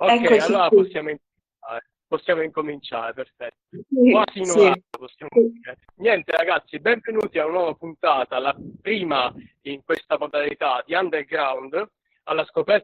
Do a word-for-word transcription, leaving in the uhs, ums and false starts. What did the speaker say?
Ok, Eccoci allora qui. possiamo incominciare, possiamo incominciare, perfetto. Sì, Quasi in sì. orario possiamo dire. Niente ragazzi, benvenuti a una nuova puntata, la prima in questa modalità di Underground, alla scoperta